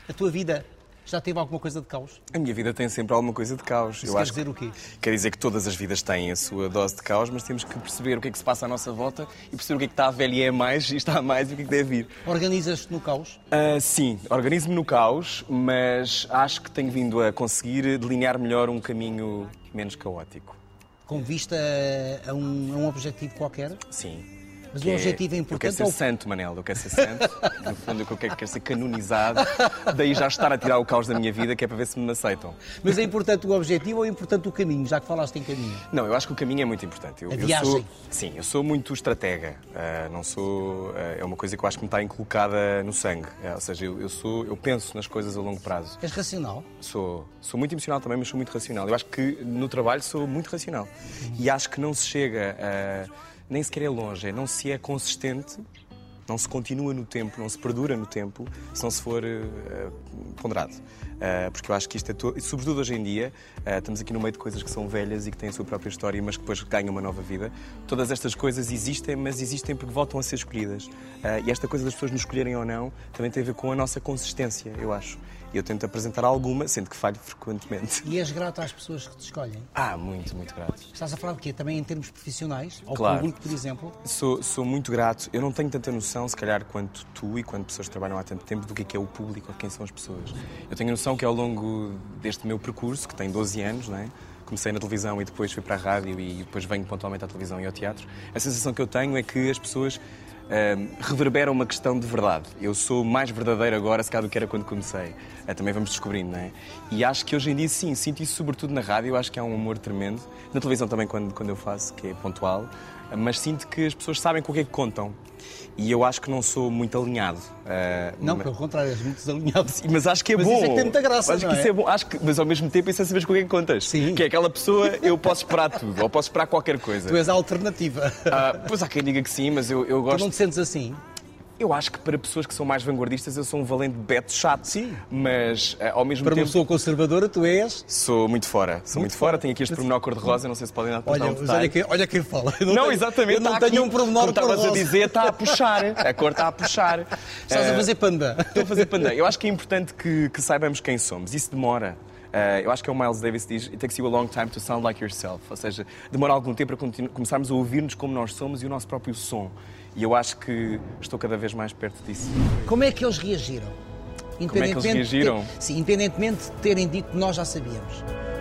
A tua vida já teve alguma coisa de caos? A minha vida tem sempre alguma coisa de caos. Isso quer dizer o quê? Quer dizer que todas as vidas têm a sua dose de caos, mas temos que perceber o que é que se passa à nossa volta e perceber o que é que está a velho e é mais, e está a mais, e o que é que deve vir. Organizas-te no caos? Sim, organizo-me no caos, mas acho que tenho vindo a conseguir delinear melhor um caminho menos caótico. Com vista a um objetivo qualquer? Sim. Mas o objetivo é importante. Eu quero ser santo, Manel, eu quero ser santo. No fundo, eu quero ser canonizado. Daí já estar a tirar o caos da minha vida, que é para ver se me aceitam. Mas é importante o objetivo ou é importante o caminho, já que falaste em caminho? Não, eu acho que o caminho é muito importante. A viagem. Eu sou muito estratega. Não sou... é uma coisa que eu acho que me está inculcada no sangue. Ou seja, eu penso nas coisas a longo prazo. És racional? Sou muito emocional também, mas sou muito racional. Eu acho que no trabalho sou muito racional. E acho que não se chega a... Nem sequer é longe, não se é consistente, não se continua no tempo, não se perdura no tempo, se não se for ponderado. Porque eu acho que isto é sobretudo hoje em dia, estamos aqui no meio de coisas que são velhas e que têm a sua própria história, mas que depois ganham uma nova vida. Todas estas coisas existem, mas existem porque voltam a ser escolhidas. E esta coisa das pessoas nos escolherem ou não também tem a ver com a nossa consistência, eu acho. E eu tento apresentar alguma, sendo que falho frequentemente. E és grato às pessoas que te escolhem? Muito, muito grato. Estás a falar de quê? Também em termos profissionais? Ao Claro. público, por exemplo? Sou muito grato. Eu não tenho tanta noção, se calhar, quanto tu e quanto pessoas que trabalham há tanto tempo, do que é o público ou quem são as pessoas. Eu tenho a noção que ao longo deste meu percurso, que tem 12 anos, não é? Comecei na televisão e depois fui para a rádio e depois venho pontualmente à televisão e ao teatro, a sensação que eu tenho é que as pessoas reverberam uma questão de verdade. Eu sou mais verdadeiro agora, se calhar, do que era quando comecei. Também vamos descobrindo, não é? E acho que hoje em dia, sim, sinto isso sobretudo na rádio. Eu acho que há um amor tremendo. Na televisão também, quando eu faço, que é pontual. Mas sinto que as pessoas sabem com o que é que contam. E eu acho que não sou muito alinhado. Não, pelo contrário, és muito desalinhado. Mas acho que é mas bom. Mas isso é que tem muita graça, acho não que é? isso é bom. Mas ao mesmo tempo isso é saber com o que é que contas. Sim. Que é aquela pessoa, eu posso esperar tudo. Ou posso esperar qualquer coisa. Tu és a alternativa. Pois há quem diga que sim, mas eu gosto... Tu não te sentes assim? Eu acho que para pessoas que são mais vanguardistas eu sou um valente beto chato. Sim. Mas ao mesmo para tempo... uma pessoa conservadora tu és... Sou muito fora. Sou muito fora. Tenho aqui este pormenor cor-de-rosa, não sei se podem dar para um detalhe. Olha quem fala. Não, exatamente. Eu não tenho um pormenor cor-de-rosa. Como estavas a dizer, está a puxar. A cor está a puxar. Estás a fazer panda. Estou a fazer panda. Eu acho que é importante que saibamos quem somos. Isso demora. Eu acho que é o Miles Davis que diz "It takes you a long time to sound like yourself", ou seja, demora algum tempo para começarmos a ouvir-nos como nós somos e o nosso próprio som. E eu acho que estou cada vez mais perto disso. Como é que eles reagiram? Como é que eles reagiram? Sim, independentemente de terem dito que nós já sabíamos.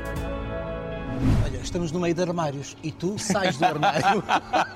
Olha, estamos no meio de armários e tu sais do armário.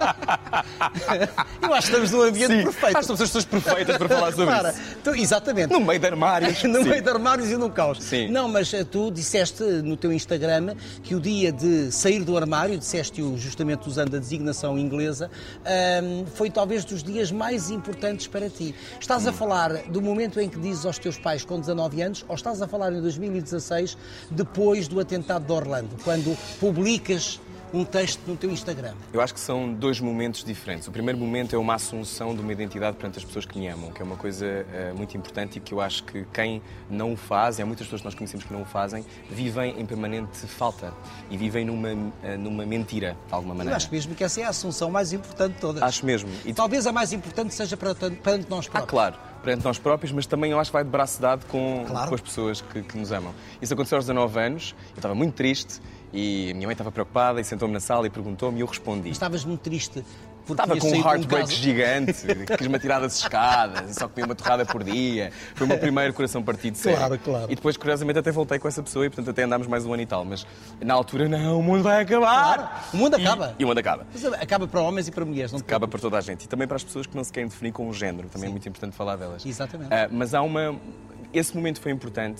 Eu acho que estamos num ambiente perfeito. Acho que somos as pessoas perfeitas para falar sobre isso. Então, exatamente. No meio de armários. No meio de armários e no caos. Sim. Não, mas tu disseste no teu Instagram que o dia de sair do armário, disseste-o justamente usando a designação inglesa, foi talvez dos dias mais importantes para ti. Estás a falar do momento em que dizes aos teus pais com 19 anos ou estás a falar em 2016, depois do atentado de Orlando, quando publicas um texto no teu Instagram? Eu acho que são dois momentos diferentes. O primeiro momento é uma assunção de uma identidade perante as pessoas que me amam, que é uma coisa muito importante e que eu acho que quem não o faz, e há muitas pessoas que nós conhecemos que não o fazem, vivem em permanente falta e vivem numa mentira, de alguma maneira. Eu acho mesmo que essa é a assunção mais importante de todas. Acho mesmo. E talvez a mais importante seja perante nós próprios. Claro, perante nós próprios, mas também eu acho que vai de braço dado com as pessoas que nos amam. Isso aconteceu aos 19 anos, eu estava muito triste e a minha mãe estava preocupada e sentou-me na sala e perguntou-me e eu respondi. Estavas muito triste. Estava com um heartbreak gigante, quis-me atirar das escadas, só comia uma torrada por dia. Foi o meu primeiro coração partido sério. Claro. E depois, curiosamente, até voltei com essa pessoa e, portanto, até andámos mais um ano e tal. Mas, na altura, não, o mundo vai acabar. Claro. O mundo acaba. E o mundo acaba. Mas acaba para homens e para mulheres, não? Acaba para toda a gente. E também para as pessoas que não se querem definir com um género. Também é muito importante falar delas. Exatamente. Mas esse momento foi importante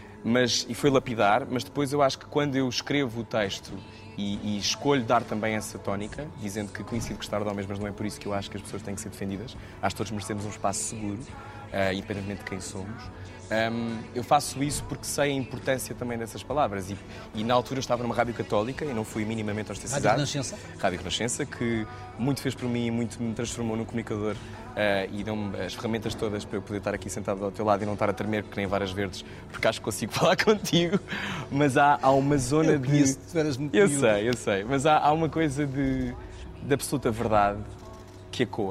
e foi lapidar, mas depois eu acho que quando eu escrevo o texto e escolho dar também essa tónica, dizendo que coincido gostar de homens, mas não é por isso que eu acho que as pessoas têm que ser defendidas. Acho que todos merecemos um espaço seguro, independentemente de quem somos. Eu faço isso porque sei a importância também dessas palavras. E na altura eu estava numa rádio católica e não fui minimamente ostracizado. Rádio Renascença? Rádio Renascença, que muito fez por mim e muito me transformou num comunicador e deu-me as ferramentas todas para eu poder estar aqui sentado ao teu lado e não estar a tremer que nem varas verdes, porque acho que consigo falar contigo. Mas há uma zona eu conheço, tu eras muito Eu sei. Mas há uma coisa de absoluta verdade que ecoa.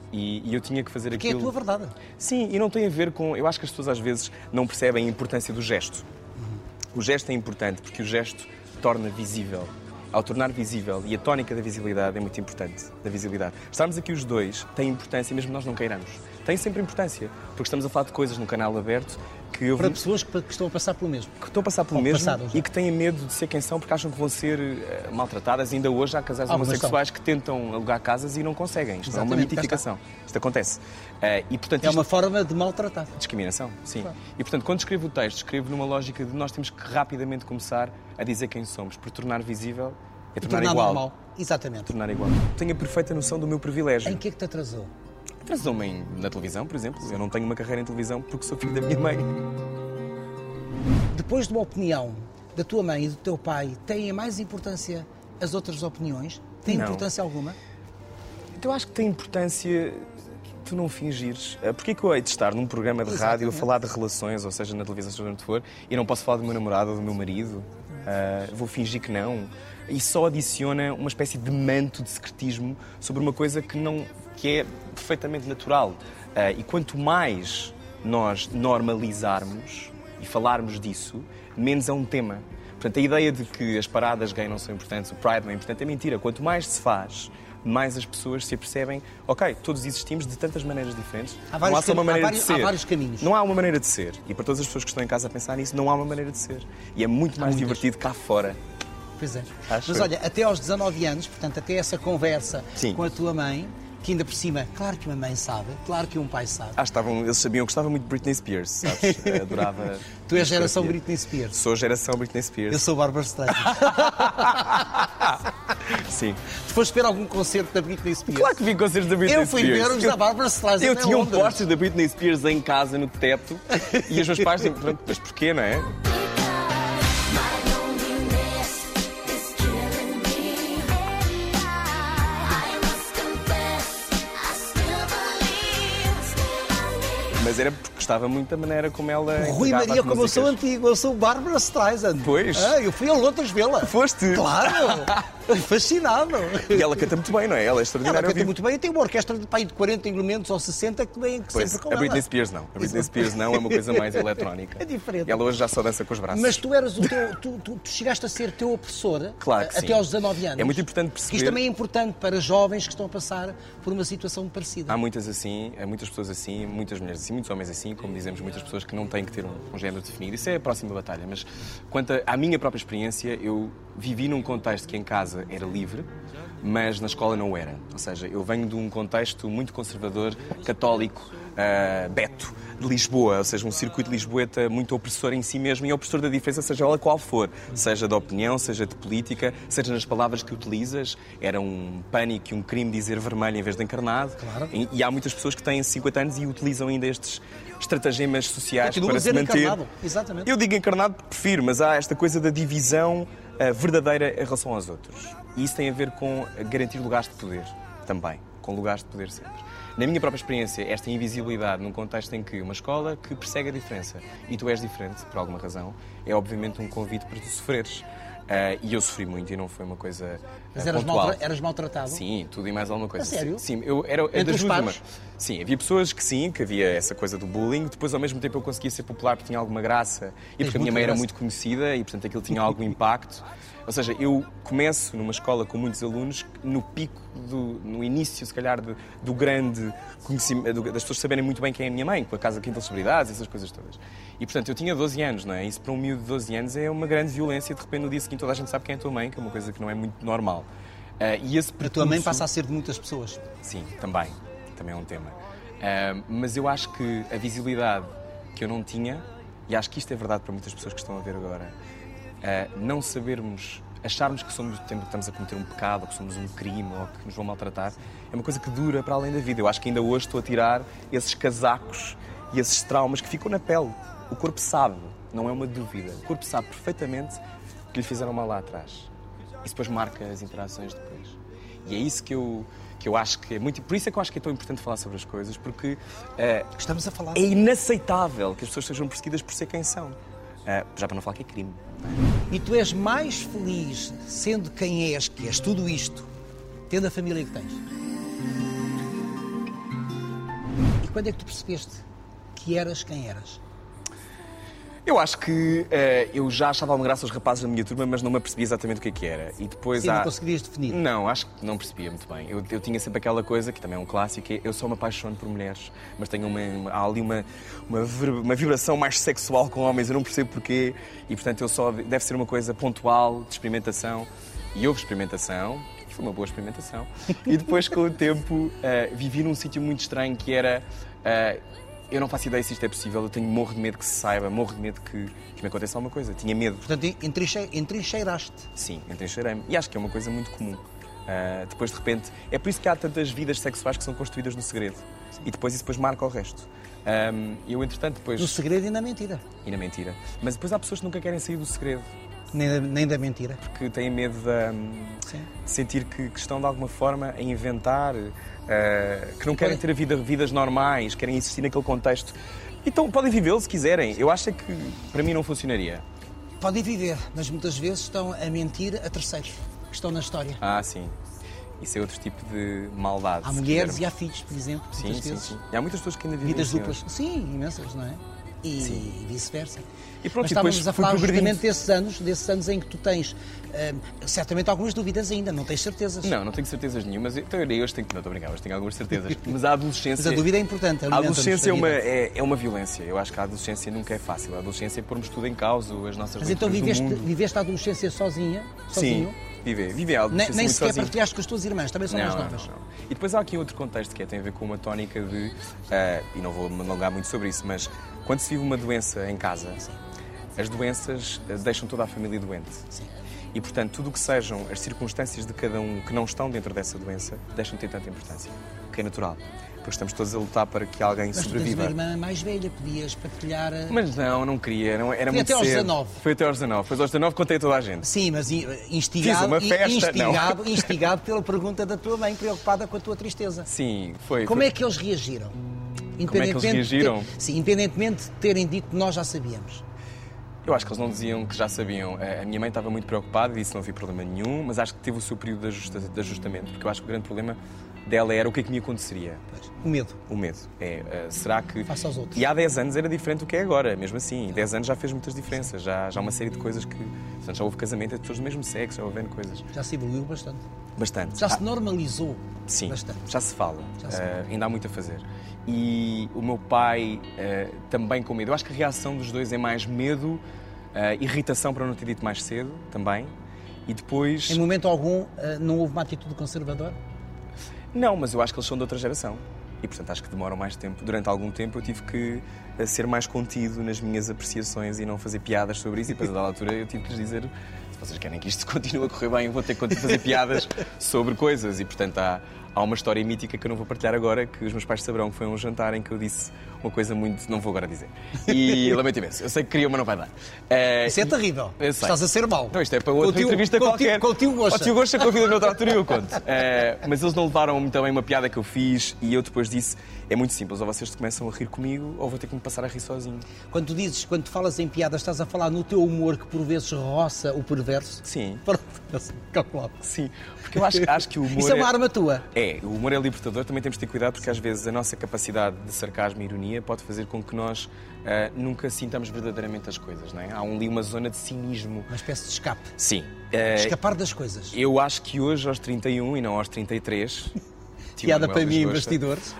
E eu tinha que fazer Porque aquilo... é a tua verdade. Sim, e não tem a ver com... Eu acho que as pessoas às vezes não percebem a importância do gesto. O gesto é importante porque o gesto torna visível. Ao tornar visível, e a tónica da visibilidade é muito importante, da visibilidade. Estarmos aqui os dois tem importância, mesmo nós não queiramos. Tem sempre importância, porque estamos a falar de coisas num canal aberto que eu... Para pessoas que estão a passar pelo mesmo. Que estão a passar pelo mesmo e que têm medo de ser quem são porque acham que vão ser maltratadas. Ainda hoje há casais homossexuais que tentam alugar casas e não conseguem. Isto é uma mitificação. Isto acontece. E, portanto, é uma forma de maltratar. Discriminação, sim. Claro. E, portanto, quando escrevo o texto, escrevo numa lógica de nós temos que rapidamente começar a dizer quem somos, por tornar visível e tornar igual. Normal. Exatamente. Tornar igual. Tenho a perfeita noção do meu privilégio. Em que é que te atrasou? Atrasou-me na televisão, por exemplo. Eu não tenho uma carreira em televisão porque sou filho da minha mãe. Depois de uma opinião da tua mãe e do teu pai, têm mais importância as outras opiniões? Tem importância alguma? Então, eu acho que tem importância tu não fingires. Porquê que eu hei de estar num programa de rádio a falar de relações, ou seja, na televisão, seja onde for, e não posso falar do meu namorado ou do meu marido? Vou fingir que não. E só adiciona uma espécie de manto de secretismo sobre uma coisa que é perfeitamente natural. E quanto mais nós normalizarmos e falarmos disso, menos é um tema. Portanto, a ideia de que as paradas gay não são importantes, o Pride não é importante, é mentira. Quanto mais se faz, mais as pessoas se apercebem, ok, todos existimos de tantas maneiras diferentes. Não há só uma maneira de ser. Há vários caminhos. Não há uma maneira de ser. E para todas as pessoas que estão em casa a pensar nisso, não há uma maneira de ser. E é muito mais divertido cá fora. Pois é. Mas olha, até aos 19 anos, portanto, até essa conversa com a tua mãe, que ainda por cima, claro que uma mãe sabe, claro que um pai sabe. Eles sabiam que gostava muito de Britney Spears, sabes? Adorava... Tu és geração Britney Spears. Sou geração Britney Spears. Eu sou Barbra Streisand. Sim. Tu foste ver algum concerto da Britney Spears? Claro que vi concertos da Britney Spears. Eu fui ver os da Barbra Streisand. Eu tinha um póster da Britney Spears em casa, no teto, e os meus pais diziam, pronto, mas porquê, não é? Mas era porque gostava muito da maneira como ela... Rui Maria, como eu sou antigo, eu sou Barbra Streisand. Pois. Eu fui a Londres vê-la. Foste? Claro. Fascinado. E ela canta muito bem, não é? Ela é extraordinária. Ela canta muito bem e tem uma orquestra de 40 elementos ou 60 que vem sempre com ela. A Britney Spears não. A Britney Spears não, é uma coisa mais eletrónica. É diferente. E ela hoje já só dança com os braços. Mas tu eras tu chegaste a ser teu opressor, claro que até sim. aos 19 anos. É muito importante perceber... Isto também é importante para jovens que estão a passar por uma situação parecida. Há muitas pessoas assim, muitas mulheres assim, muitos homens assim, como dizemos, muitas pessoas que não têm que ter um género definido. Isso é a próxima batalha. Mas quanto à minha própria experiência, eu vivi num contexto que em casa era livre, mas na escola não era. Ou seja, eu venho de um contexto muito conservador, católico, beto, de Lisboa, ou seja, um circuito lisboeta muito opressor em si mesmo e opressor da diferença, seja ela qual for, seja de opinião, seja de política, seja nas palavras que utilizas. Era um pânico e um crime dizer vermelho em vez de encarnado. Claro. E há muitas pessoas que têm 50 anos e utilizam ainda estes estratagemas sociais para se manter. Encarnado. Exatamente. Eu digo encarnado porque prefiro, mas há esta coisa da divisão verdadeira em relação aos outros. E isso tem a ver com garantir lugares de poder também, com lugares de poder sempre. Na minha própria experiência, esta invisibilidade num contexto em que uma escola que persegue a diferença e tu és diferente, por alguma razão, é obviamente um convite para tu sofreres. E eu sofri muito e não foi uma coisa Mas pontual. eras maltratado? Sim, tudo e mais alguma coisa. A sério? Sim, eu era Entre os pares? Sim, havia pessoas que sim, que havia essa coisa do bullying. Depois, ao mesmo tempo, eu conseguia ser popular porque tinha alguma graça e porque a minha mãe era muito conhecida e, portanto, aquilo tinha algum impacto. Ou seja, eu começo numa escola com muitos alunos no pico, no início, se calhar, do grande conhecimento, das pessoas saberem muito bem quem é a minha mãe, com a Casa Quinta de Celebridades, essas coisas todas. E, portanto, eu tinha 12 anos, não é? Isso para um miúdo de 12 anos é uma grande violência. De repente, no dia seguinte, toda a gente sabe quem é a tua mãe, que é uma coisa que não é muito normal. E esse A tua mãe passa a ser de muitas pessoas. Sim, também é um tema. Mas eu acho que a visibilidade que eu não tinha, e acho que isto é verdade para muitas pessoas que estão a ver agora, não sabermos, acharmos que estamos a cometer um pecado, ou que somos um crime, ou que nos vão maltratar, é uma coisa que dura para além da vida. Eu acho que ainda hoje estou a tirar esses casacos e esses traumas que ficam na pele. O corpo sabe, não é uma dúvida. O corpo sabe perfeitamente que lhe fizeram mal lá atrás. Isso depois marca as interações depois. E é isso que eu acho que é muito... Por isso é que eu acho que é tão importante falar sobre as coisas, porque Estamos a falar... é inaceitável que as pessoas sejam perseguidas por ser quem são. Já para não falar que é crime. E tu és mais feliz sendo quem és, que és tudo isto, tendo a família que tens? quando é que tu percebeste que eras quem eras? Eu acho que eu já achava alguma graça aos rapazes da minha turma, mas não me apercebia exatamente o que era. E depois Sim, não conseguias definir. Não, acho que não percebia muito bem. Eu tinha sempre aquela coisa, que também é um clássico, que eu só me apaixono por mulheres, mas tenho há ali uma vibração mais sexual com homens, eu não percebo porquê, e portanto deve ser uma coisa pontual, de experimentação, e houve experimentação, e foi uma boa experimentação, e depois com o tempo vivi num sítio muito estranho que era... eu não faço ideia se isto é possível, eu morro de medo que se saiba, morro de medo que me aconteça alguma coisa. Tinha medo. Portanto, entrincheiraste. Sim, entrincheirei-me. E acho que é uma coisa muito comum. Depois, de repente, é por isso que há tantas vidas sexuais que são construídas no segredo. E depois isso marca o resto. Eu, entretanto, depois... No segredo e na mentira. E na mentira. Mas depois há pessoas que nunca querem sair do segredo. Nem da mentira. Porque têm medo de sentir que estão, de alguma forma, a inventar... que não querem ter vidas normais, querem existir naquele contexto. Então podem vivê-lo se quiserem. Eu acho que para mim não funcionaria. Podem viver, mas muitas vezes estão a mentir a terceiros que estão na história. Ah, sim. Isso é outro tipo de maldade. Há mulheres e há filhos, por exemplo. Sim, sim. E há muitas pessoas que ainda vivem vidas duplas. Sim, imensas, não é? E vice-versa. E pronto, mas estávamos a falar justamente desses anos em que tu tens certamente algumas dúvidas ainda, não tens certezas. Não tenho certezas nenhumas. Então eu hoje tenho que... Não, estou a brincar, hoje tenho algumas certezas. Mas a adolescência... Mas a dúvida é importante. A adolescência é uma violência. Eu acho que a adolescência nunca é fácil. A adolescência é pormos tudo em causa, as nossas... Mas então viveste a adolescência sozinho? Sim, vivi a adolescência nem sequer sozinho. Partilhaste com as tuas irmãs, também são mais novas. Não. E depois há aqui outro contexto que tem a ver com uma tónica de... e não vou me alongar muito sobre isso, mas quando se vive uma doença em casa, as doenças deixam toda a família doente. Sim. E, portanto, tudo o que sejam as circunstâncias de cada um que não estão dentro dessa doença deixam de ter tanta importância. O que é natural. Porque estamos todos a lutar para que alguém sobreviva. Mas tu tens uma irmã mais velha, podias partilhar... Mas não queria. Era muito até aos cedo. 19. Foi até aos 19. Depois aos 19 contei a toda a gente. Sim, mas Fiz uma festa. instigado pela pergunta da tua mãe, preocupada com a tua tristeza. Sim, foi. Como é que eles reagiram? Como é que eles reagiram? Sim, independentemente de terem dito que nós já sabíamos. Eu acho que eles não diziam que já sabiam. A minha mãe estava muito preocupada e disse que não havia problema nenhum, mas acho que teve o seu período de ajustamento, porque eu acho que o grande problema dela era o que é que me aconteceria. O medo. O medo. Será que... Face aos outros. E há 10 anos era diferente do que é agora, mesmo assim. 10 anos já fez muitas diferenças, já uma série de coisas que... Portanto, já houve casamento de pessoas do mesmo sexo, já houve coisas. Já se evoluiu bastante. Bastante. Já se normalizou. Sim, bastante. Já se fala. Ainda há muito a fazer. E o meu pai também com medo. Eu acho que a reação dos dois é mais medo, irritação para não ter dito mais cedo, também. E depois... Em momento algum, não houve uma atitude conservadora? Não, mas eu acho que eles são de outra geração. E, portanto, acho que demoram mais tempo. Durante algum tempo eu tive que ser mais contido nas minhas apreciações e não fazer piadas sobre isso. E depois, a dada altura, eu tive que lhes dizer: se vocês querem que isto continue a correr bem, eu vou ter que fazer piadas sobre coisas. E, portanto, há uma história mítica que eu não vou partilhar agora, que os meus pais saberão, que foi um jantar em que eu disse uma coisa muito... Não vou agora dizer. E lamento imenso. Eu sei que queria, mas não vai dar. Isso é terrível. Estás a ser mau. Não, isto é para outra entrevista qualquer. Com o tio Gosta. O tio Gosta convida noutra altura e eu conto. Mas eles não levaram muito bem uma piada que eu fiz e eu depois disse: é muito simples, ou vocês começam a rir comigo ou vou ter que me passar a rir sozinho. Quando tu falas em piadas, estás a falar no teu humor que por vezes roça o perverso? Sim. Calculado. Sim, porque eu acho que o humor... Isso é uma arma tua. O humor é libertador, também temos de ter cuidado porque às vezes a nossa capacidade de sarcasmo e ironia pode fazer com que nós nunca sintamos verdadeiramente as coisas, não é? Há ali uma zona de cinismo. Uma espécie de escape. Sim. Escapar das coisas. Eu acho que hoje, aos 31 e não aos 33... Piada para mim em bastidores.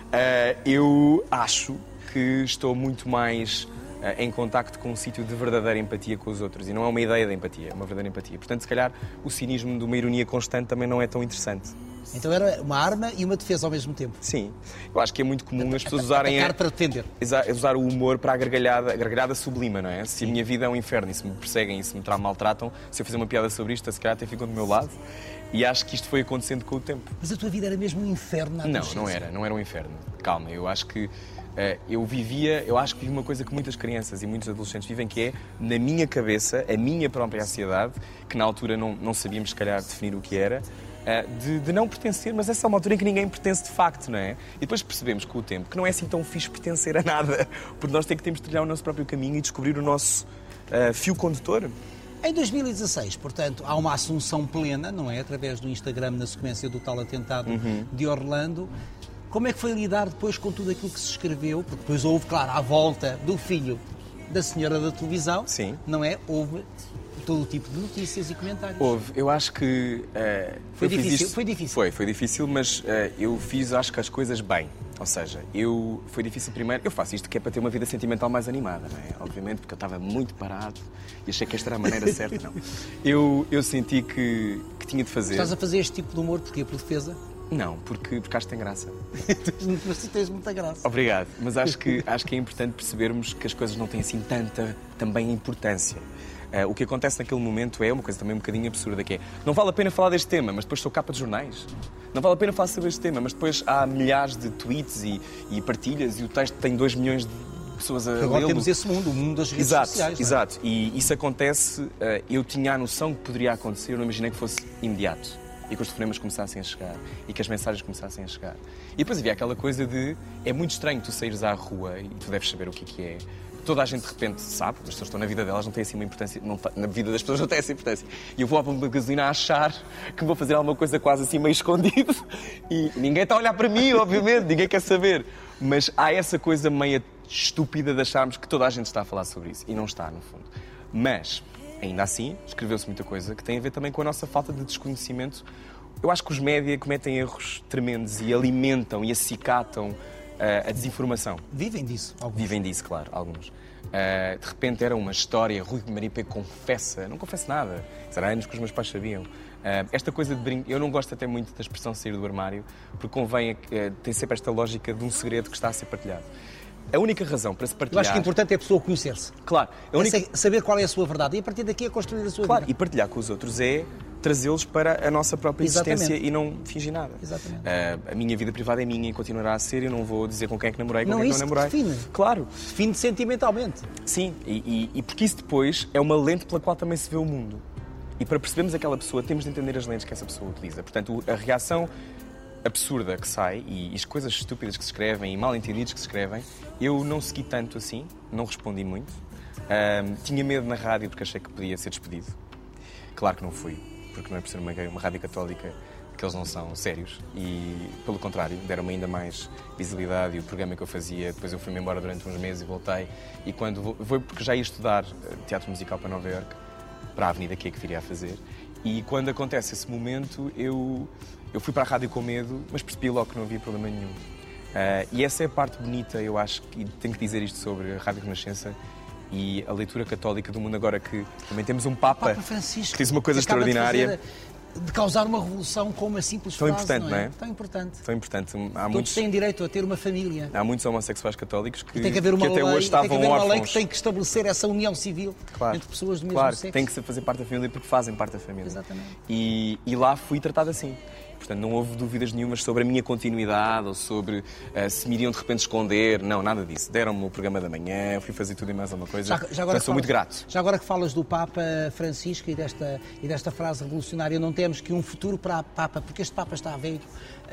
Eu acho que estou muito mais em contacto com um sítio de verdadeira empatia com os outros. E não é uma ideia de empatia, é uma verdadeira empatia. Portanto, se calhar, o cinismo de uma ironia constante também não é tão interessante. Então era uma arma e uma defesa ao mesmo tempo. Sim. Eu acho que é muito comum as pessoas usarem... Atacar para defender. Usar o humor para a gargalhada sublima, não é? Se a minha vida é um inferno e se me perseguem e se me maltratam, se eu fizer uma piada sobre isto, se calhar até ficam do meu lado. E acho que isto foi acontecendo com o tempo. Mas a tua vida era mesmo um inferno na adolescência? Não era um inferno. Calma, eu acho que eu acho que vivi uma coisa que muitas crianças e muitos adolescentes vivem, que é, na minha cabeça, a minha própria ansiedade, que na altura não sabíamos, se calhar, definir o que era, de não pertencer, mas essa é uma altura em que ninguém pertence de facto, não é? E depois percebemos com o tempo que não é assim tão fixe pertencer a nada, porque nós temos de trilhar o nosso próprio caminho e descobrir o nosso fio condutor. Em 2016, portanto, há uma assunção plena, não é? Através do Instagram, na sequência do tal atentado de Orlando. Como é que foi lidar depois com tudo aquilo que se escreveu? Porque depois houve, claro, à volta do filho da senhora da televisão, Sim. não é? Houve todo o tipo de notícias e comentários. Houve. Eu acho que... Foi eu fiz difícil? isto- Foi difícil? Foi difícil, mas eu fiz, acho que, as coisas bem. Ou seja, foi difícil primeiro... Eu faço isto que é para ter uma vida sentimental mais animada, não é? Obviamente, porque eu estava muito parado e achei que esta era a maneira certa. Não. Eu senti que tinha de fazer... Estás a fazer este tipo de humor porquê? Por defesa? Não, porque acho que tem graça. Mas tu tens muita graça. Obrigado, mas acho que é importante percebermos que as coisas não têm assim tanta também importância. O que acontece naquele momento é uma coisa também um bocadinho absurda, que é, não vale a pena falar deste tema, mas depois sou capa de jornais. Não vale a pena falar sobre este tema, mas depois há milhares de tweets e partilhas e o texto tem 2 milhões de pessoas a Agora lê-lo. temos esse mundo, o mundo das redes Exato, sociais. não é? exato. E isso acontece, eu tinha a noção que poderia acontecer, eu não imaginei que fosse imediato. E que os telefonemas começassem a chegar e que as mensagens começassem a chegar. E depois havia aquela coisa de... É muito estranho tu saíres à rua e tu deves saber o que é. Toda a gente de repente sabe, as pessoas estão na vida delas, não tem assim uma importância... na vida das pessoas não tem essa importância. E eu vou à bomba de gasolina a achar que vou fazer alguma coisa quase assim meio escondido. E ninguém está a olhar para mim, obviamente, ninguém quer saber. Mas há essa coisa meio estúpida de acharmos que toda a gente está a falar sobre isso. E não está, no fundo. Mas... Ainda assim, escreveu-se muita coisa que tem a ver também com a nossa falta de desconhecimento. Eu acho que os média cometem erros tremendos e alimentam e acicatam a desinformação. Vivem disso, alguns. Vivem disso, claro, alguns. De repente era uma história, Rui Maripé confessa, não confesso nada, será anos que os meus pais sabiam. Esta coisa de brinco, eu não gosto até muito da expressão sair do armário, porque convém, tem sempre esta lógica de um segredo que está a ser partilhado. A única razão para se Eu partilhar... acho que o importante é a pessoa conhecer-se. Claro. Saber qual é a sua verdade e a partir daqui é construir a sua Claro, vida. e partilhar com os outros é trazê-los para a nossa própria existência e não fingir nada. Exatamente. A minha vida privada é minha e continuará a ser. Eu não vou dizer com quem é que namorei, com Não, quem é que isso não namorei. que define. Claro. Define sentimentalmente. Sim, e porque isso depois é uma lente pela qual também se vê o mundo. E para percebermos aquela pessoa, temos de entender as lentes que essa pessoa utiliza. Portanto, a reação absurda que sai e as coisas estúpidas que se escrevem e mal entendidos que se escrevem, eu não segui tanto assim, não respondi muito. Tinha medo na rádio porque achei que podia ser despedido. Claro que não fui, porque não é por ser uma rádio católica que eles não são sérios e, pelo contrário, deram-me ainda mais visibilidade e o programa que eu fazia, depois eu fui-me embora durante uns meses e voltei e quando foi porque já ia estudar teatro musical para Nova Iorque, para a Avenida que viria a fazer e quando acontece esse momento eu fui para a rádio com medo, mas percebi logo que não havia problema nenhum. E essa é a parte bonita, eu acho, que tenho que dizer isto sobre a Rádio Renascença e a leitura católica do mundo agora, que também temos um Papa Francisco, que diz uma coisa que acaba extraordinária. De causar uma revolução com uma simples Tão frase, importante, não é? não é? Tão importante. Tão importante. Todos têm direito a ter uma família. Há muitos homossexuais católicos que, E tem que haver uma até lei, hoje estavam tem que haver uma lei órfãos. que tem que estabelecer essa união civil entre pessoas do mesmo Claro, sexo. tem que fazer parte da família porque fazem parte da família. Exatamente. E lá fui tratado assim. Portanto, não houve dúvidas nenhumas sobre a minha continuidade ou sobre se me iriam de repente esconder. Não, nada disso. Deram-me o programa da manhã, eu fui fazer tudo e mais alguma coisa. Então, sou muito grato. Já agora que falas do Papa Francisco e desta frase revolucionária, não temos que um futuro para Papa, porque este Papa está velho,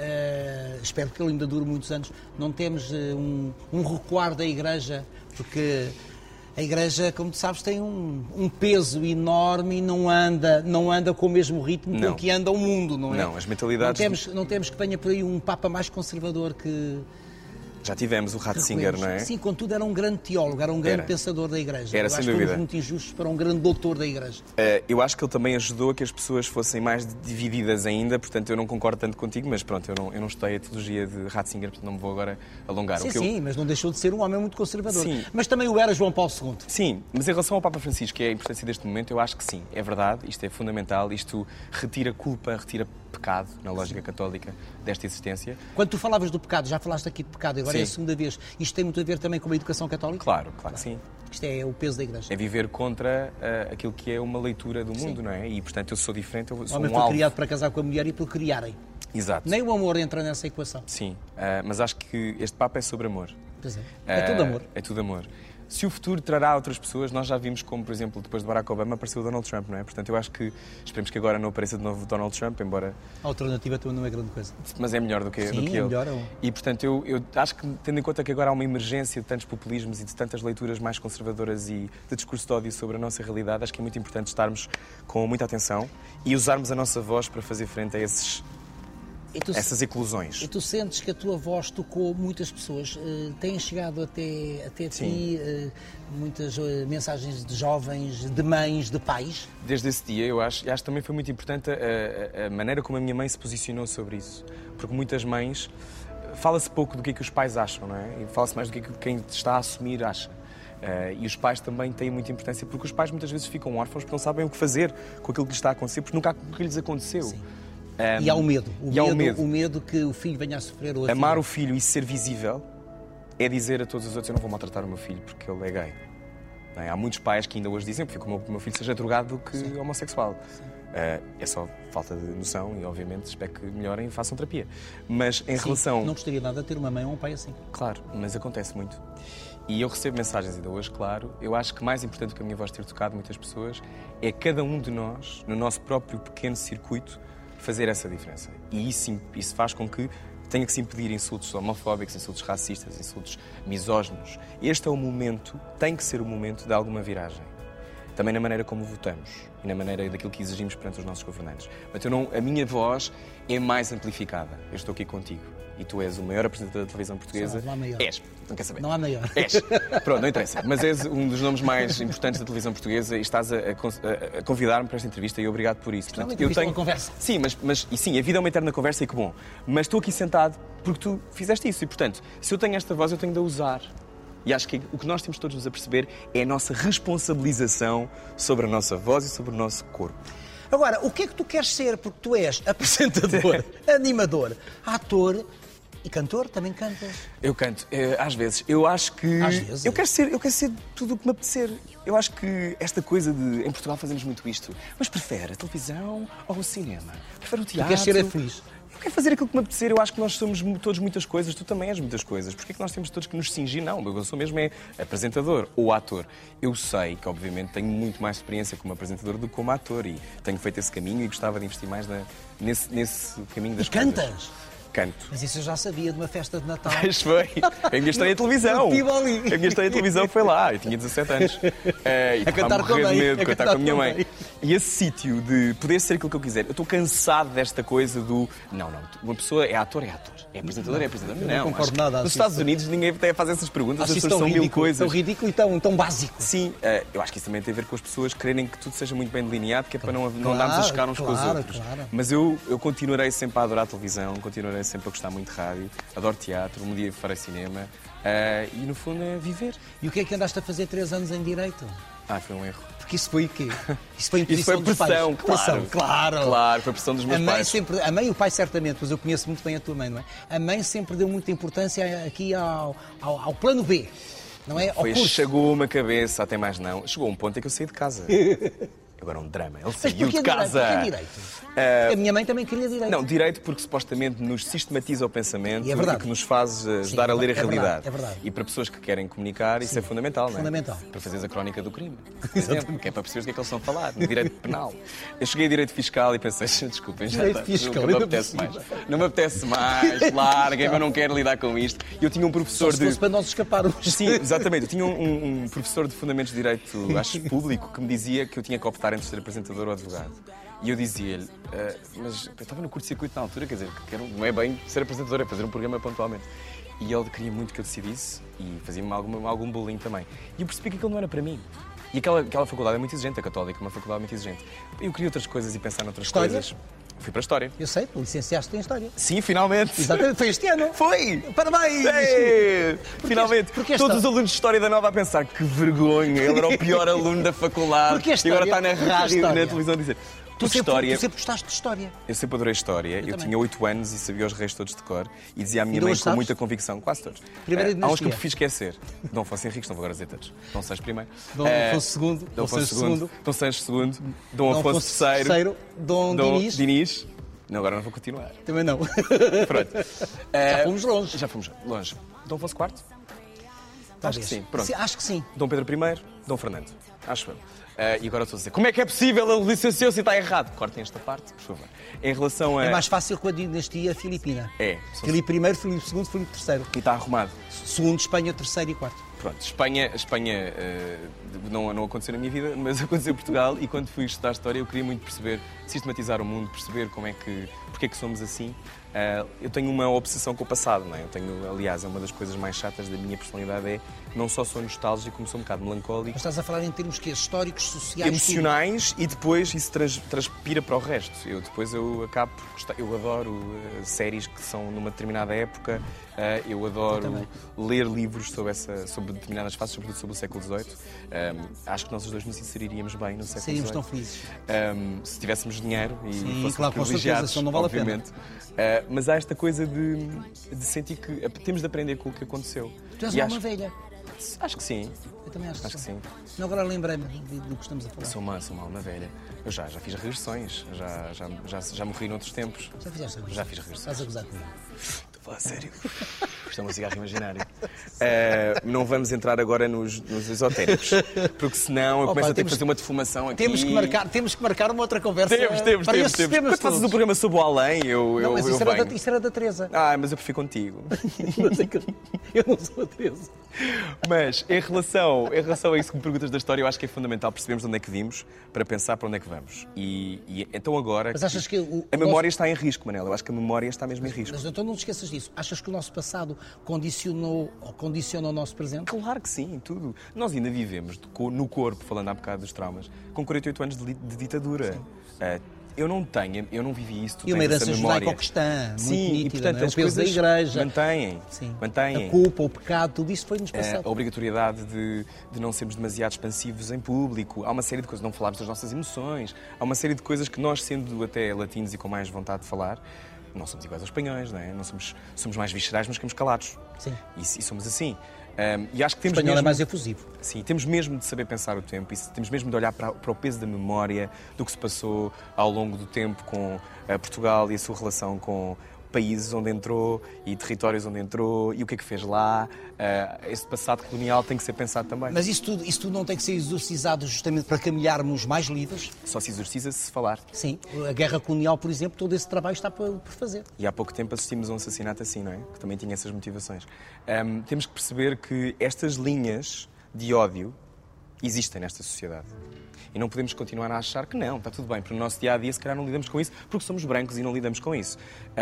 espero que ele ainda dure muitos anos, não temos um recuar da Igreja, porque... A Igreja, como tu sabes, tem um peso enorme e não anda com o mesmo ritmo com que anda o mundo, não é? Não, as mentalidades... Não temos que venha por aí um Papa mais conservador que... Já tivemos o Ratzinger, não é? Sim, contudo era um grande teólogo, era um grande pensador da Igreja. Era, sem dúvida. Fomos muito injustos para um grande doutor da Igreja. Eu acho que ele também ajudou a que as pessoas fossem mais divididas ainda, portanto eu não concordo tanto contigo, mas pronto, eu não estudei a teologia de Ratzinger, portanto não me vou agora alongar. Sim, mas não deixou de ser um homem muito conservador. Sim. Mas também o era João Paulo II. Sim, mas em relação ao Papa Francisco, que é a importância deste momento, eu acho que sim, é verdade, isto é fundamental, isto retira culpa, retira pecado, na lógica católica, desta existência. Quando tu falavas do pecado, já falaste aqui de pecado, agora sim. É a segunda vez. Isto tem muito a ver também com a educação católica? Claro que sim. Isto é o peso da Igreja. É viver contra aquilo que é uma leitura do mundo, não é? E, portanto, eu sou diferente, eu sou o homem foi criado para casar com a mulher e para criarem. Exato. Nem o amor entra nessa equação. Sim, mas acho que este Papa é sobre amor. Pois é. É tudo amor. É tudo amor. Se o futuro trará outras pessoas, nós já vimos como, por exemplo, depois de Barack Obama apareceu o Donald Trump, não é? Portanto, eu acho que esperemos que agora não apareça de novo o Donald Trump, embora... A alternativa também não é grande coisa. Mas é melhor do que Sim, ele. É melhor. E, portanto, eu acho que, tendo em conta que agora há uma emergência de tantos populismos e de tantas leituras mais conservadoras e de discurso de ódio sobre a nossa realidade, acho que é muito importante estarmos com muita atenção e usarmos a nossa voz para fazer frente a esses essas eclosões. E tu sentes que a tua voz tocou muitas pessoas? Têm chegado até ti muitas mensagens de jovens, de mães, de pais? Desde esse dia, eu acho que também foi muito importante a maneira como a minha mãe se posicionou sobre isso. Porque muitas mães, fala-se pouco do que é que os pais acham, não é? E fala-se mais do que é que quem está a assumir acha. E os pais também têm muita importância, porque os pais muitas vezes ficam órfãos porque não sabem o que fazer com aquilo que lhes está a acontecer, porque nunca o que lhes aconteceu. Sim. E há o medo. O medo que o filho venha a sofrer. Ou amar o filho e ser visível é dizer a todos os outros: eu não vou maltratar o meu filho porque ele é gay. Não é? Há muitos pais que ainda hoje dizem: eu prefiro que o meu filho seja drogado do que homossexual. É só falta de noção e, obviamente, espero que melhorem e façam terapia. Mas em relação... Não gostaria nada de ter uma mãe ou um pai assim. Claro, mas acontece muito. E eu recebo mensagens ainda hoje, claro. Eu acho que mais importante do que a minha voz ter tocado muitas pessoas é cada um de nós, no nosso próprio pequeno circuito, fazer essa diferença. E isso faz com que tenha que se impedir insultos homofóbicos, insultos racistas, insultos misóginos. Este é o momento, tem que ser o momento de alguma viragem. Também na maneira como votamos e na maneira daquilo que exigimos perante os nossos governantes. Mas a minha voz é mais amplificada. Eu estou aqui contigo. E tu és o maior apresentador da televisão portuguesa. Não há maior. És. Não quer saber. Não há maior. És. Pronto, não interessa. Mas és um dos nomes mais importantes da televisão portuguesa e estás a convidar-me para esta entrevista e obrigado por isso. Portanto, eu tenho uma conversa. Sim, sim, a vida é uma eterna conversa e que bom. Mas estou aqui sentado porque tu fizeste isso. E, portanto, se eu tenho esta voz, eu tenho de a usar. E acho que o que nós temos todos a perceber é a nossa responsabilização sobre a nossa voz e sobre o nosso corpo. Agora, o que é que tu queres ser? Porque tu és apresentador, animador, ator e cantor, também cantas. Eu canto, às vezes. Eu acho que... Às vezes? Eu quero ser tudo o que me apetecer. Eu acho que esta coisa de... Em Portugal fazemos muito isto. Mas prefere a televisão ou o cinema? Prefere o teatro? Tu queres ser feliz? Eu quero fazer aquilo que me apetecer. Eu acho que nós somos todos muitas coisas. Tu também és muitas coisas. Porquê é que nós temos todos que nos cingir? Não, eu sou mesmo apresentador ou ator. Eu sei que, obviamente, tenho muito mais experiência como apresentador do que como ator. E tenho feito esse caminho e gostava de investir mais nesse caminho das coisas. E cantas? Canto. Mas isso eu já sabia de uma festa de Natal. Mas foi. A minha história em televisão. Ali. A minha história em televisão foi lá. Eu tinha 17 anos. E a cantar com a mãe. A cantar com a minha mãe. E esse sítio de poder ser aquilo que eu quiser. Eu estou cansado desta coisa do... Não. Uma pessoa é ator. É apresentador, é apresentador. Não concordo nada. Nos Estados Unidos ninguém até faz essas perguntas. As pessoas são mil coisas. Tão ridículo e tão básico. Sim. Eu acho que isso também tem a ver com as pessoas quererem que tudo seja muito bem delineado, que é para não andarmos a chocar uns com os outros. Claro. Mas eu continuarei sempre a adorar a televisão, continuarei sempre a gostar muito de rádio, adoro teatro, um dia farei cinema e, no fundo, é viver. E o que é que andaste a fazer 3 anos em Direito? Foi um erro. Porque isso foi o quê? Isso foi imposição dos pais. Claro. Claro, foi pressão dos meus pais. A mãe e o pai certamente, mas eu conheço muito bem a tua mãe, não é? A mãe sempre deu muita importância aqui ao plano B, não é? Chegou uma cabeça, até mais não. Chegou um ponto em que eu saí de casa. Agora um drama. Ele saiu de casa. Porquê Direito? A minha mãe também queria Direito. Não, Direito porque supostamente nos sistematiza o pensamento e que nos faz ajudar a ler a realidade. É verdade. E para pessoas que querem comunicar, isso é fundamental, não é? Fundamental. Para fazeres a crónica do crime, por exemplo, que é para perceberes o que é que eles estão a falar, no Direito Penal. Eu cheguei a Direito Fiscal e pensei, desculpem, já Direito está. Fiscal, Não me apetece mais. Não me apetece mais, larguem, eu não quero lidar com isto. Eu tinha um professor se fosse para nós escaparmos. Sim, exatamente. Eu tinha um professor de Fundamentos de Direito, acho público, que me dizia que eu tinha que optar entre ser apresentador ou advogado. E eu dizia-lhe, mas eu estava no curto-circuito na altura, quer dizer, não é bem ser apresentador, é fazer um programa pontualmente. E ele queria muito que eu decidisse e fazia-me algum bullying também. E eu percebi que aquilo não era para mim. E aquela faculdade é muito exigente, a Católica é uma faculdade muito exigente. Eu queria outras coisas e pensar noutras coisas. Fui para a História. Eu sei, tu licenciaste em História. Sim, finalmente. Exatamente, foi este ano. Foi! Parabéns! Finalmente. Todos os alunos de História da Nova a pensar que vergonha, ele era o pior aluno da faculdade. E agora está na rádio e na televisão a dizer... Tu sempre gostaste de História. Eu sempre adorei História. Eu tinha 8 anos e sabia os reis todos de cor. E dizia à minha mãe com muita convicção, quase todos. Há uns que me fiz esquecer. Dom Afonso Henriques, não vou agora dizer todos. Dom Sancho I. Dom Afonso II. Dom Afonso II. Dom Sancho II. Dom Afonso III. Dom Diniz. Não, agora não vou continuar. Também não. Pronto. Já fomos longe. Já fomos longe. Dom Afonso IV? Acho que sim. Pronto. Sim, acho que sim. Dom Pedro I. Dom Fernando, acho eu. E agora estou a dizer, como é que é possível? Ele licenciou-se e está errado. Cortem esta parte, por favor. Em relação a... É mais fácil com a dinastia filipina. É. Filipe I, Filipe II, Filipe III. E está arrumado. Segundo, Espanha, terceiro e quarto. Pronto, Espanha não aconteceu na minha vida, mas aconteceu em Portugal, e quando fui estudar História eu queria muito perceber, sistematizar o mundo, perceber porque é que somos assim. Eu tenho uma obsessão com o passado, não é? Aliás, é uma das coisas mais chatas da minha personalidade, é não só sou nostálgico, como sou um bocado melancólico. Mas estás a falar em termos que históricos, sociais... Emocionais, e depois isso transpira para o resto. Eu acabo por gostar, eu adoro séries que são numa determinada época, eu adoro ler livros sobre determinadas fases, sobretudo sobre o século XVIII. Acho que nós os dois nos inseriríamos bem no século XVIII. Seríamos tão felizes. Se tivéssemos dinheiro e fôssemos claro, privilegiados, não vale obviamente. A pena. Mas há esta coisa de sentir que temos de aprender com o que aconteceu. Tu és uma velha. Acho que sim. Eu também acho que sim. Não, agora lembrei-me do que estamos a falar. Sou uma alma velha. Eu já fiz regressões, já morri noutros tempos. Já fizeste regressões? Já fiz regressões. Estás a gozar comigo? Estou a falar sério. Isto é um cigarro imaginário. Não vamos entrar agora nos esotéricos, porque senão eu começo a ter que fazer uma defumação aqui. Temos que marcar uma outra conversa. Temos. Quando fazes o programa sobre o além, eu venho. Isso era da Teresa. Mas eu prefiro contigo. Eu não sou a Teresa. Mas, em relação a isso que me perguntas da história, eu acho que é fundamental percebermos de onde é que vimos para pensar para onde é que vamos. E então agora... Mas achas que a memória está em risco, Manela. Eu acho que a memória está mesmo em risco. Mas então não te esqueças disso. Achas que o nosso passado condiciona o nosso presente? Claro que sim, tudo. Nós ainda vivemos no corpo, falando há bocado dos traumas, com 48 anos de ditadura. Eu não vivi isso, tu e uma tens essa herança memória. judaico-cristã, muito nítida, e portanto, não é? O as peso da coisas igreja. Mantêm. A culpa, o pecado, tudo isso foi-nos passado. A obrigatoriedade de não sermos demasiado expansivos em público. Há uma série de coisas, não falarmos das nossas emoções. Há uma série de coisas que nós, sendo até latinos e com mais vontade de falar, não somos iguais aos espanhóis, não é? Não somos mais viscerais, mas ficamos calados. Sim. E somos assim. E acho que temos o espanhol mesmo, é mais efusivo. Sim, temos mesmo de saber pensar o tempo e temos mesmo de olhar para o peso da memória, do que se passou ao longo do tempo com Portugal e a sua relação com países onde entrou e territórios onde entrou e o que é que fez lá. Esse passado colonial tem que ser pensado também. Mas isso tudo não tem que ser exorcizado justamente para caminharmos mais livres? Só se exorciza se falar. Sim. A guerra colonial, por exemplo, todo esse trabalho está por fazer. E há pouco tempo assistimos a um assassinato assim, não é? Que também tinha essas motivações. Temos que perceber que estas linhas de ódio existem nesta sociedade. E não podemos continuar a achar que não, está tudo bem, porque no nosso dia-a-dia se calhar não lidamos com isso, porque somos brancos e não lidamos com isso.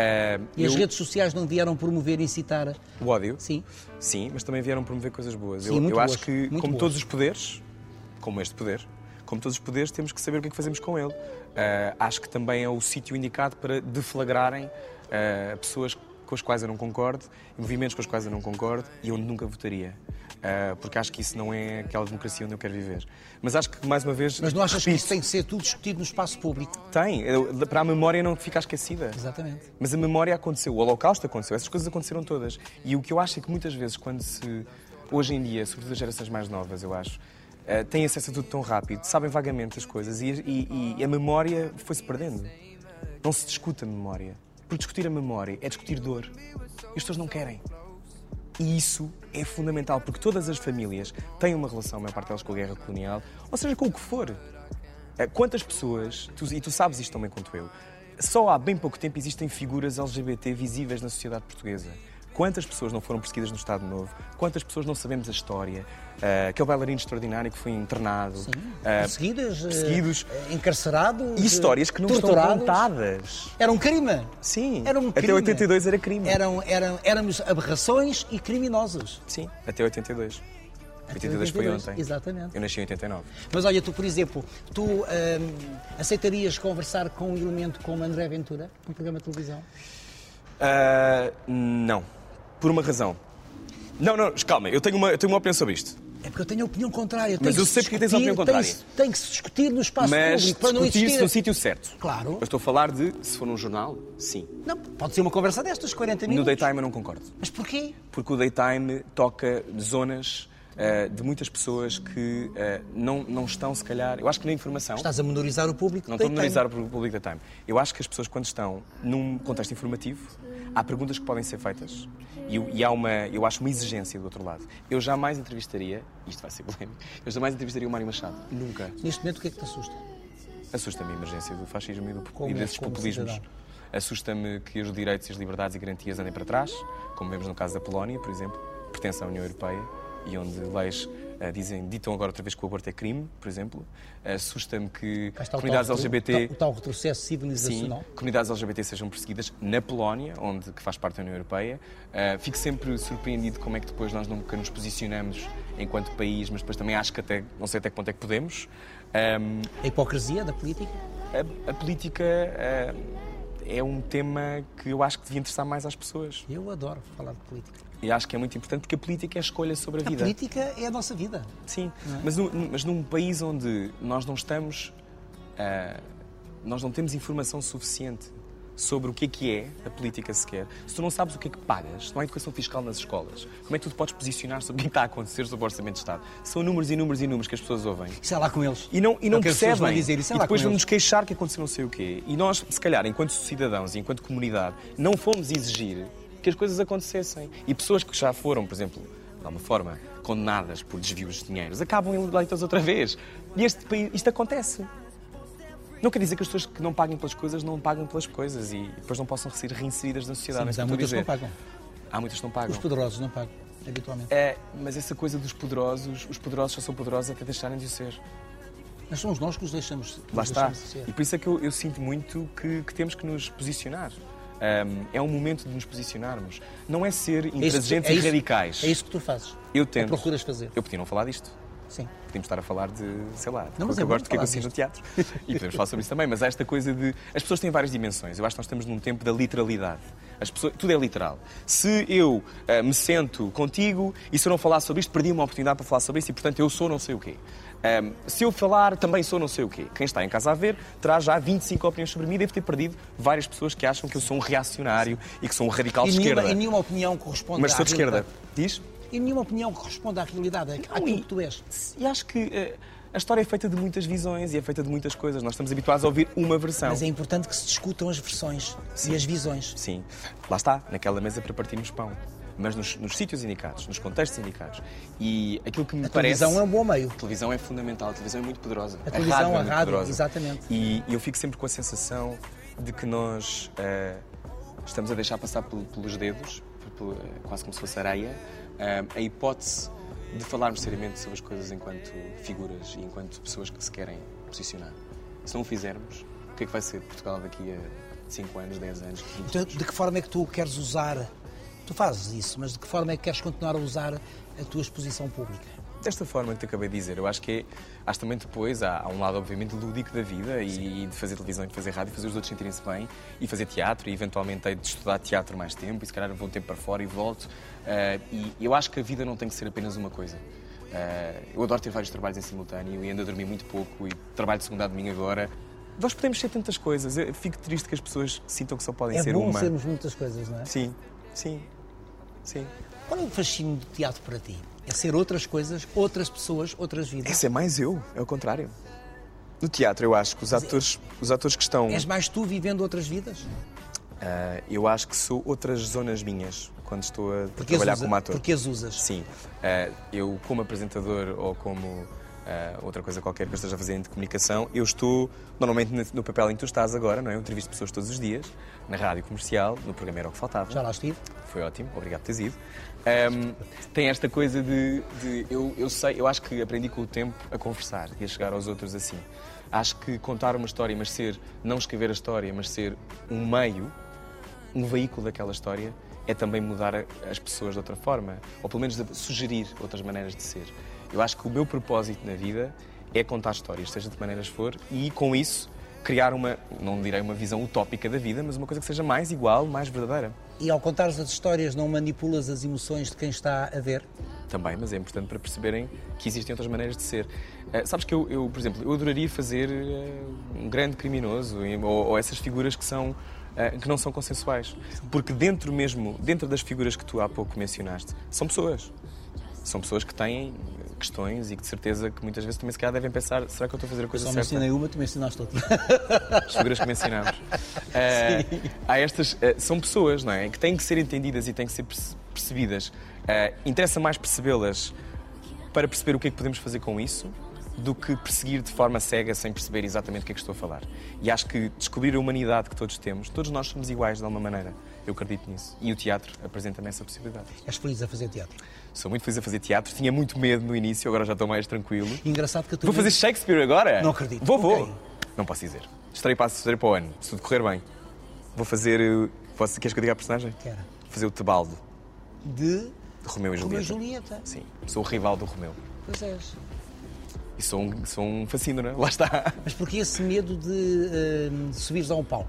As redes sociais não vieram promover e incitar... O ódio? Sim. Sim, mas também vieram promover coisas boas. Sim, eu acho que, como boas. todos os poderes, como todos os poderes, temos que saber o que é que fazemos com ele. Acho que também é o sítio indicado para deflagrarem pessoas com as quais eu não concordo, movimentos com os quais eu não concordo e onde nunca votaria. Porque acho que isso não é aquela democracia onde eu quero viver. Mas acho que, mais uma vez... Mas não achas que isso tem que ser tudo discutido no espaço público? Tem. Para a memória não ficar esquecida. Exatamente. Mas a memória aconteceu, o Holocausto aconteceu, essas coisas aconteceram todas. E o que eu acho é que muitas vezes, hoje em dia, sobretudo as gerações mais novas, eu acho, têm acesso a tudo tão rápido, sabem vagamente as coisas e a memória foi-se perdendo. Não se discute a memória. Porque discutir a memória é discutir dor. E as pessoas não querem. E isso é fundamental, porque todas as famílias têm uma relação, a maior parte delas, com a guerra colonial, ou seja, com o que for. Quantas pessoas, e tu sabes isto também quanto eu, só há bem pouco tempo existem figuras LGBT visíveis na sociedade portuguesa. Quantas pessoas não foram perseguidas no Estado Novo? Quantas pessoas não sabemos a história? Aquele bailarino extraordinário que foi internado. Sim. Perseguidos, encarcerados. E histórias que não torturados. Estão contadas. Era um crime. Sim. Era um crime. Até 82 era crime. Éramos aberrações e criminosos. Sim, até 82. 82 foi ontem. Exatamente. Eu nasci em 89. Mas olha, tu, por exemplo, aceitarias conversar com um elemento como André Ventura, num programa de televisão? Não. Por uma razão. Não, calma, eu tenho uma opinião sobre isto. É porque eu tenho a opinião contrária. Mas eu sei porque tens a opinião contrária. Tem que se discutir no espaço público para não existir... Mas discutir-se no sítio certo. Claro. Eu estou a falar de, se for num jornal, sim. Não, pode ser uma conversa destas, 40 minutos. No daytime eu não concordo. Mas porquê? Porque o daytime toca zonas de muitas pessoas que não estão, se calhar... Eu acho que na informação... Estás a menorizar o público. Não estou a menorizar o público da Time. Eu acho que as pessoas, quando estão num contexto informativo, há perguntas que podem ser feitas e há eu acho uma exigência do outro lado. Eu jamais entrevistaria, isto vai ser polémico, eu jamais entrevistaria o Mário Machado. Nunca. Neste momento, o que é que te assusta? Assusta-me a emergência do fascismo e desses populismos. Assusta-me que os direitos, as liberdades e garantias andem para trás, como vemos no caso da Polónia, por exemplo, que pertence à União Europeia e onde leis ditam agora outra vez que o aborto é crime, por exemplo. Assusta-me que comunidades LGBT... O tal retrocesso civilizacional. Sim, comunidades LGBT sejam perseguidas na Polónia, que faz parte da União Europeia. Fico sempre surpreendido como é que depois nós nunca nos posicionamos enquanto país, mas depois também acho que não sei até que ponto é que podemos. A hipocrisia da política? A política é um tema que eu acho que devia interessar mais às pessoas. Eu adoro falar de política. E acho que é muito importante porque a política é a escolha sobre a vida. A política é a nossa vida. Sim, mas num país onde nós não temos informação suficiente sobre o que é a política sequer, se tu não sabes o que é que pagas, não há educação fiscal nas escolas, como é que tu te podes posicionar sobre o que está a acontecer sobre o Orçamento de Estado? São números e números e números que as pessoas ouvem. Isso é lá com eles. E não percebem. Dizer, isso é e depois vamos nos queixar que aconteceu não sei o quê. E nós, se calhar, enquanto cidadãos e enquanto comunidade, não fomos exigir que as coisas acontecessem. E pessoas que já foram, por exemplo, de alguma forma, condenadas por desvios de dinheiros, acabam eleitas outra vez. E isto acontece. Não quer dizer que as pessoas que não paguem pelas coisas não pagam pelas coisas e depois não possam ser reinseridas na sociedade. Sim, mas há muitas que não pagam. Há muitas que não pagam. Os poderosos não pagam, habitualmente. Mas essa coisa dos poderosos, os poderosos só são poderosos até deixarem de o ser. Mas somos nós que os deixamos, Lá está. De ser. E por isso é que eu sinto muito que temos que nos posicionar. É um momento de nos posicionarmos. Não é ser intransigentes e radicais. É isso que tu fazes. Eu tento. Ou procuras fazer. Eu podia não falar disto. Sim. Podíamos estar a falar de, sei lá, não, mas eu gosto do que eu ensino no teatro. E podemos falar sobre isso também, mas há esta coisa de... As pessoas têm várias dimensões. Eu acho que nós estamos num tempo da literalidade. Tudo é literal. Se eu me sento contigo e se eu não falar sobre isto, perdi uma oportunidade para falar sobre isso e, portanto, eu sou não sei o quê. Se eu falar, também sou não sei o quê. Quem está em casa a ver terá já 25 opiniões sobre mim e deve ter perdido várias pessoas que acham que eu sou um reacionário e que sou um radical de esquerda. E nenhuma opinião corresponde Mas sou de esquerda. Diz? E nenhuma opinião corresponde à realidade, àquilo que tu és. E acho que a história é feita de muitas visões e é feita de muitas coisas. Nós estamos habituados a ouvir uma versão. Mas é importante que se discutam as versões e as visões. Sim. Lá está, naquela mesa para partirmos pão. Mas nos sítios indicados, nos contextos indicados. E aquilo que me parece... A televisão é um bom meio. A televisão é fundamental, a televisão é muito poderosa. A televisão, a rádio, poderosa. Exatamente. E eu fico sempre com a sensação de que nós estamos a deixar passar pelos dedos, quase como se fosse areia, a hipótese de falarmos seriamente sobre as coisas enquanto figuras e enquanto pessoas que se querem posicionar. Se não o fizermos, o que é que vai ser de Portugal daqui a 5 anos, 10 anos, 15 anos? Então, de que forma é que tu queres usar... Tu fazes isso, mas de que forma é que queres continuar a usar a tua exposição pública? Desta forma que te acabei de dizer, eu acho que também depois há um lado obviamente lúdico da vida e de fazer televisão e de fazer rádio, fazer os outros sentirem-se bem e fazer teatro e eventualmente hei de estudar teatro mais tempo e se calhar vou um tempo para fora e volto e eu acho que a vida não tem que ser apenas uma coisa. Eu adoro ter vários trabalhos em simultâneo e ando a dormir muito pouco e trabalho de segunda a domingo agora. Nós podemos ser tantas coisas, eu fico triste que as pessoas sintam que só podem ser uma. É bom sermos muitas coisas, não é? Sim, sim, sim. Qual é o fascínio do teatro para ti? É ser outras coisas, outras pessoas, outras vidas? Esse é mais eu, é o contrário. No teatro eu acho que os atores que estão... És mais tu vivendo outras vidas? Eu acho que sou outras zonas minhas quando estou a trabalhar como ator. Porque as usas? Sim. Eu como apresentador ou como outra coisa qualquer que eu esteja a fazer de comunicação, eu estou normalmente no papel em que tu estás agora, não é? Eu entrevisto pessoas todos os dias, na rádio comercial, no programa Era o que Faltava. Já lá estive. Foi ótimo, obrigado por teres ido. Tem esta coisa eu acho que aprendi com o tempo a conversar e a chegar aos outros assim. Acho que contar uma história, mas não escrever a história, mas ser um meio, um veículo daquela história, é também mudar as pessoas de outra forma, ou pelo menos sugerir outras maneiras de ser. Eu acho que o meu propósito na vida é contar histórias, seja de maneiras for, e com isso criar não direi uma visão utópica da vida, mas uma coisa que seja mais igual, mais verdadeira. E ao contares as histórias não manipulas as emoções de quem está a ver? Também, mas é importante para perceberem que existem outras maneiras de ser. Sabes que eu, por exemplo, eu adoraria fazer um grande criminoso ou essas figuras que não são consensuais. Porque dentro das figuras que tu há pouco mencionaste, são pessoas. são pessoas que têm questões e que de certeza que muitas vezes também se calhar devem pensar, será que eu estou a fazer a coisa certa? Só me ensinei uma, tu me ensinaste outra. As figuras que mencionámos. Há estas, são pessoas, não é? Que têm que ser entendidas e têm que ser percebidas. Interessa mais percebê-las para perceber o que é que podemos fazer com isso do que perseguir de forma cega sem perceber exatamente o que é que estou a falar. E acho que descobrir a humanidade que todos temos, todos nós somos iguais de alguma maneira. Eu acredito nisso. E o teatro apresenta-me essa possibilidade. És feliz a fazer teatro? Sou muito feliz a fazer teatro. Tinha muito medo no início, agora já estou mais tranquilo. Engraçado que a tua Vou fazer Shakespeare agora? Não acredito. Vou. Okay. Não posso dizer. Estarei para o ano, se tudo correr bem. Vou fazer... Queres que eu diga a personagem? Quero. Vou fazer o Tebaldo. De Romeu e Julieta. Romeu e Julieta. Sim. Sou o rival do Romeu. Pois és. E sou um fascínio, não é? Lá está. Mas porquê esse medo de subires a um palco?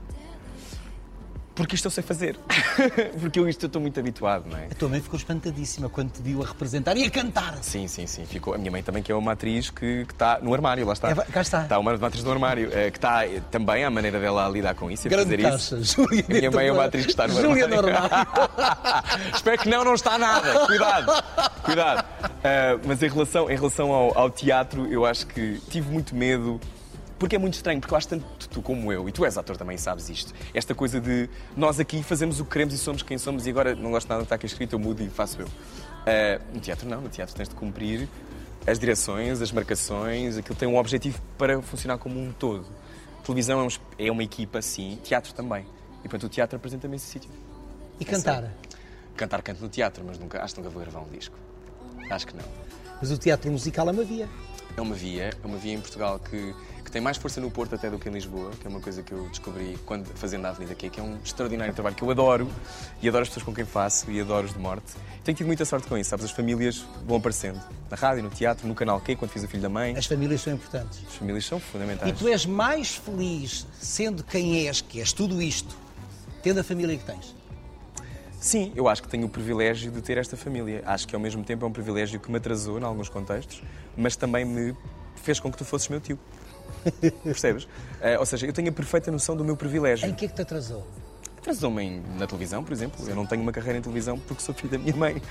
Porque isto eu sei fazer. Porque eu estou muito habituado, não é? A tua mãe ficou espantadíssima quando te viu a representar e a cantar. Sim. Ficou. A minha mãe também, que é uma atriz que está no armário, lá está. Cá está. Está uma atriz no armário, que está também à maneira dela a lidar com isso e grande fazer taxa. isso. Júlia, a minha mãe é uma atriz que está no Júlia armário. No armário. Espero que não está nada. Cuidado. Mas em relação ao teatro, eu acho que tive muito medo. Porque é muito estranho, porque eu acho tanto tu como eu, e tu és ator também, sabes isto. Esta coisa de nós aqui fazemos o que queremos e somos quem somos e agora não gosto nada de estar aqui escrito, eu mudo e faço eu. No teatro não, no teatro tens de cumprir as direções, as marcações, aquilo tem um objetivo para funcionar como um todo. Televisão é uma equipa, sim, teatro também. E portanto o teatro apresenta-me esse sítio. E cantar? Canto no teatro, mas acho que nunca vou gravar um disco. Acho que não. Mas o teatro musical é uma via. É uma via em Portugal que tem mais força no Porto até do que em Lisboa, que é uma coisa que eu descobri fazendo a Avenida Q, que é um extraordinário trabalho que eu adoro e adoro as pessoas com quem faço e adoro os de morte. Tenho tido muita sorte com isso, sabes? As famílias vão aparecendo na rádio, no teatro, no canal Q, quando fiz O Filho da Mãe. As famílias são importantes. As famílias são fundamentais. E tu és mais feliz sendo quem és, que és tudo isto, tendo a família que tens? Sim, eu acho que tenho o privilégio de ter esta família. Acho que ao mesmo tempo é um privilégio que me atrasou em alguns contextos, mas também me fez com que tu fosses meu tio. Percebes? Ou seja, eu tenho a perfeita noção do meu privilégio. Em que é que te atrasou? Atrasou-me na televisão, por exemplo. Sim. Eu não tenho uma carreira em televisão porque sou filho da minha mãe.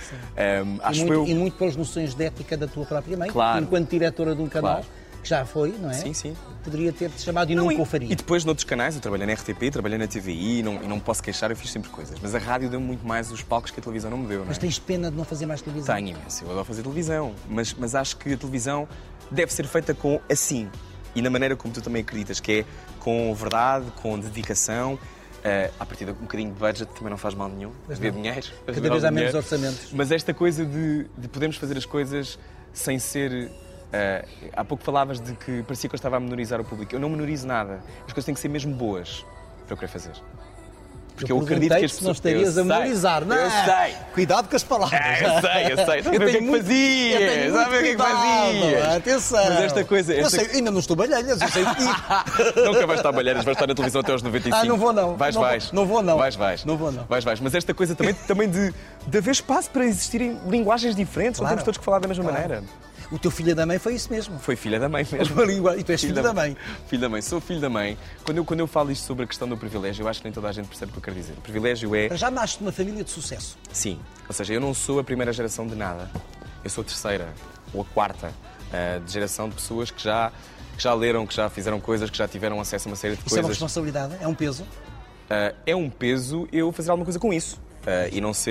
E muito pelas noções de ética da tua própria mãe, claro. Enquanto diretora de um canal, claro. Que já foi, não é? Sim. Poderia ter-te chamado e nunca o faria. E depois, noutros canais, eu trabalhei na RTP, trabalhei na TVI e não me posso queixar, eu fiz sempre coisas. Mas a rádio deu-me muito mais os palcos que a televisão não me deu, não é? Mas tens pena de não fazer mais televisão? Tenho imenso, eu adoro fazer televisão. Mas acho que a televisão deve ser feita assim. E na maneira como tu também acreditas, que é com verdade, com dedicação. A partir de um bocadinho de budget também não faz mal nenhum. Ver dinheiro. Cada vez há menos orçamentos. Mas esta coisa de podermos fazer as coisas sem ser... há pouco falavas de que parecia que eu estava a menorizar o público. Eu não menorizo nada. As coisas têm que ser mesmo boas para eu querer fazer. Porque eu acredito que as pessoas... não estarias a menorizar, não é? Eu sei. Cuidado com as palavras. Eu sei. Sabe o que é que fazias? Sabe o que é que fazias? Atenção. Mas esta coisa... Eu sei, ainda não estou balhelhas, eu sei de ti. Nunca vais estar balheiras, vais estar na televisão até aos 95. Não vou não. Vais. Não vou não. Vais. Não vou não. Vais. Mas esta coisa também de haver espaço para existirem linguagens diferentes. Claro. Não temos todos que falar da mesma maneira. O teu filho da mãe foi isso mesmo. Foi filha da mãe mesmo. E tu és filho da mãe. Filho da mãe. Sou filho da mãe. Quando eu falo isto sobre a questão do privilégio, eu acho que nem toda a gente percebe o que eu quero dizer. O privilégio é... Já nasces numa família de sucesso. Sim. Ou seja, eu não sou a primeira geração de nada. Eu sou a terceira ou a quarta de geração de pessoas que já leram, que já fizeram coisas, que já tiveram acesso a uma série de coisas. Isso é uma responsabilidade? É um peso? É um peso eu fazer alguma coisa com isso. E não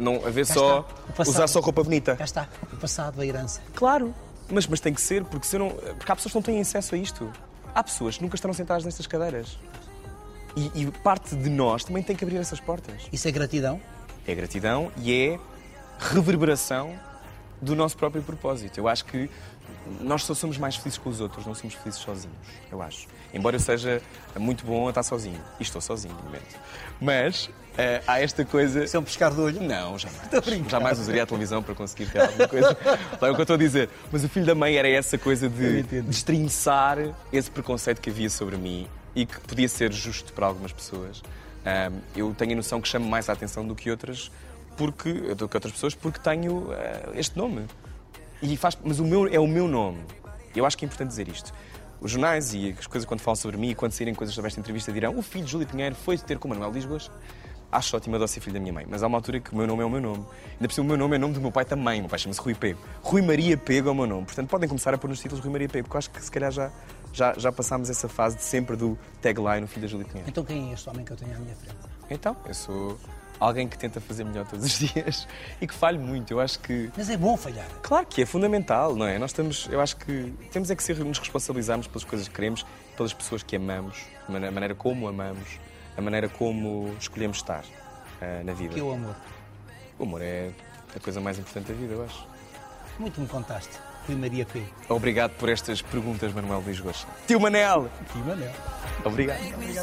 usar só roupa bonita. Cá está. O passado, a herança. Claro. Mas tem que ser, porque há pessoas que não têm acesso a isto. Há pessoas que nunca estarão sentadas nestas cadeiras. E parte de nós também tem que abrir essas portas. Isso é gratidão? É gratidão e é reverberação do nosso próprio propósito. Eu acho que nós só somos mais felizes com os outros, não somos felizes sozinhos, eu acho. Embora eu seja muito bom a estar sozinho. E estou sozinho, no momento. Mas há esta coisa... Isso é um pescar de olho? Não, jamais. Jamais usaria a televisão para conseguir ter alguma coisa. Sabe o que eu estou a dizer? Mas o filho da mãe era essa coisa de destrinçar esse preconceito que havia sobre mim e que podia ser justo para algumas pessoas. Eu tenho a noção que chamo mais a atenção do que outras pessoas porque tenho este nome. Mas é o meu nome. Eu acho que é importante dizer isto. Os jornais e as coisas quando falam sobre mim e quando saírem coisas sobre esta entrevista dirão: o filho de Júlio Pinheiro foi ter com o Manuel Lisboas. acho ótimo, adoro ser filho da minha mãe, mas há uma altura que o meu nome é o meu nome. Ainda por cima, o meu nome é o nome do meu pai também. O meu pai chama-se Rui Pego. Rui Maria Pego é o meu nome. Portanto, podem começar a pôr nos títulos Rui Maria Pego, porque eu acho que se calhar já passámos essa fase de sempre do tagline, o filho da Júlia Pinheiro. Então quem é este homem que eu tenho à minha frente? Então, eu sou alguém que tenta fazer melhor todos os dias e que falho muito. Eu acho que... Mas é bom falhar. Claro que é fundamental, não é? Eu acho que temos é que nos responsabilizarmos pelas coisas que queremos, pelas pessoas que amamos, a maneira como amamos, a maneira como escolhemos estar na vida. O que é o amor? O amor é a coisa mais importante da vida, eu acho. Muito me contaste, Rui Maria P. Obrigado por estas perguntas, Manuel Luís Goxa. Tio Manel! Tio Manel. Obrigado.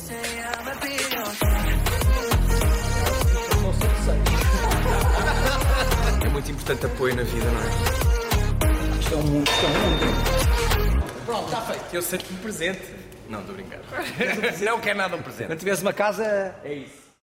É muito importante apoio na vida, não é? Isto é um mundo. Pronto, está feito. Eu sei-te um presente. Não, estou a brincar. Não quer nada um presente. Quando tivesse uma casa... É isso.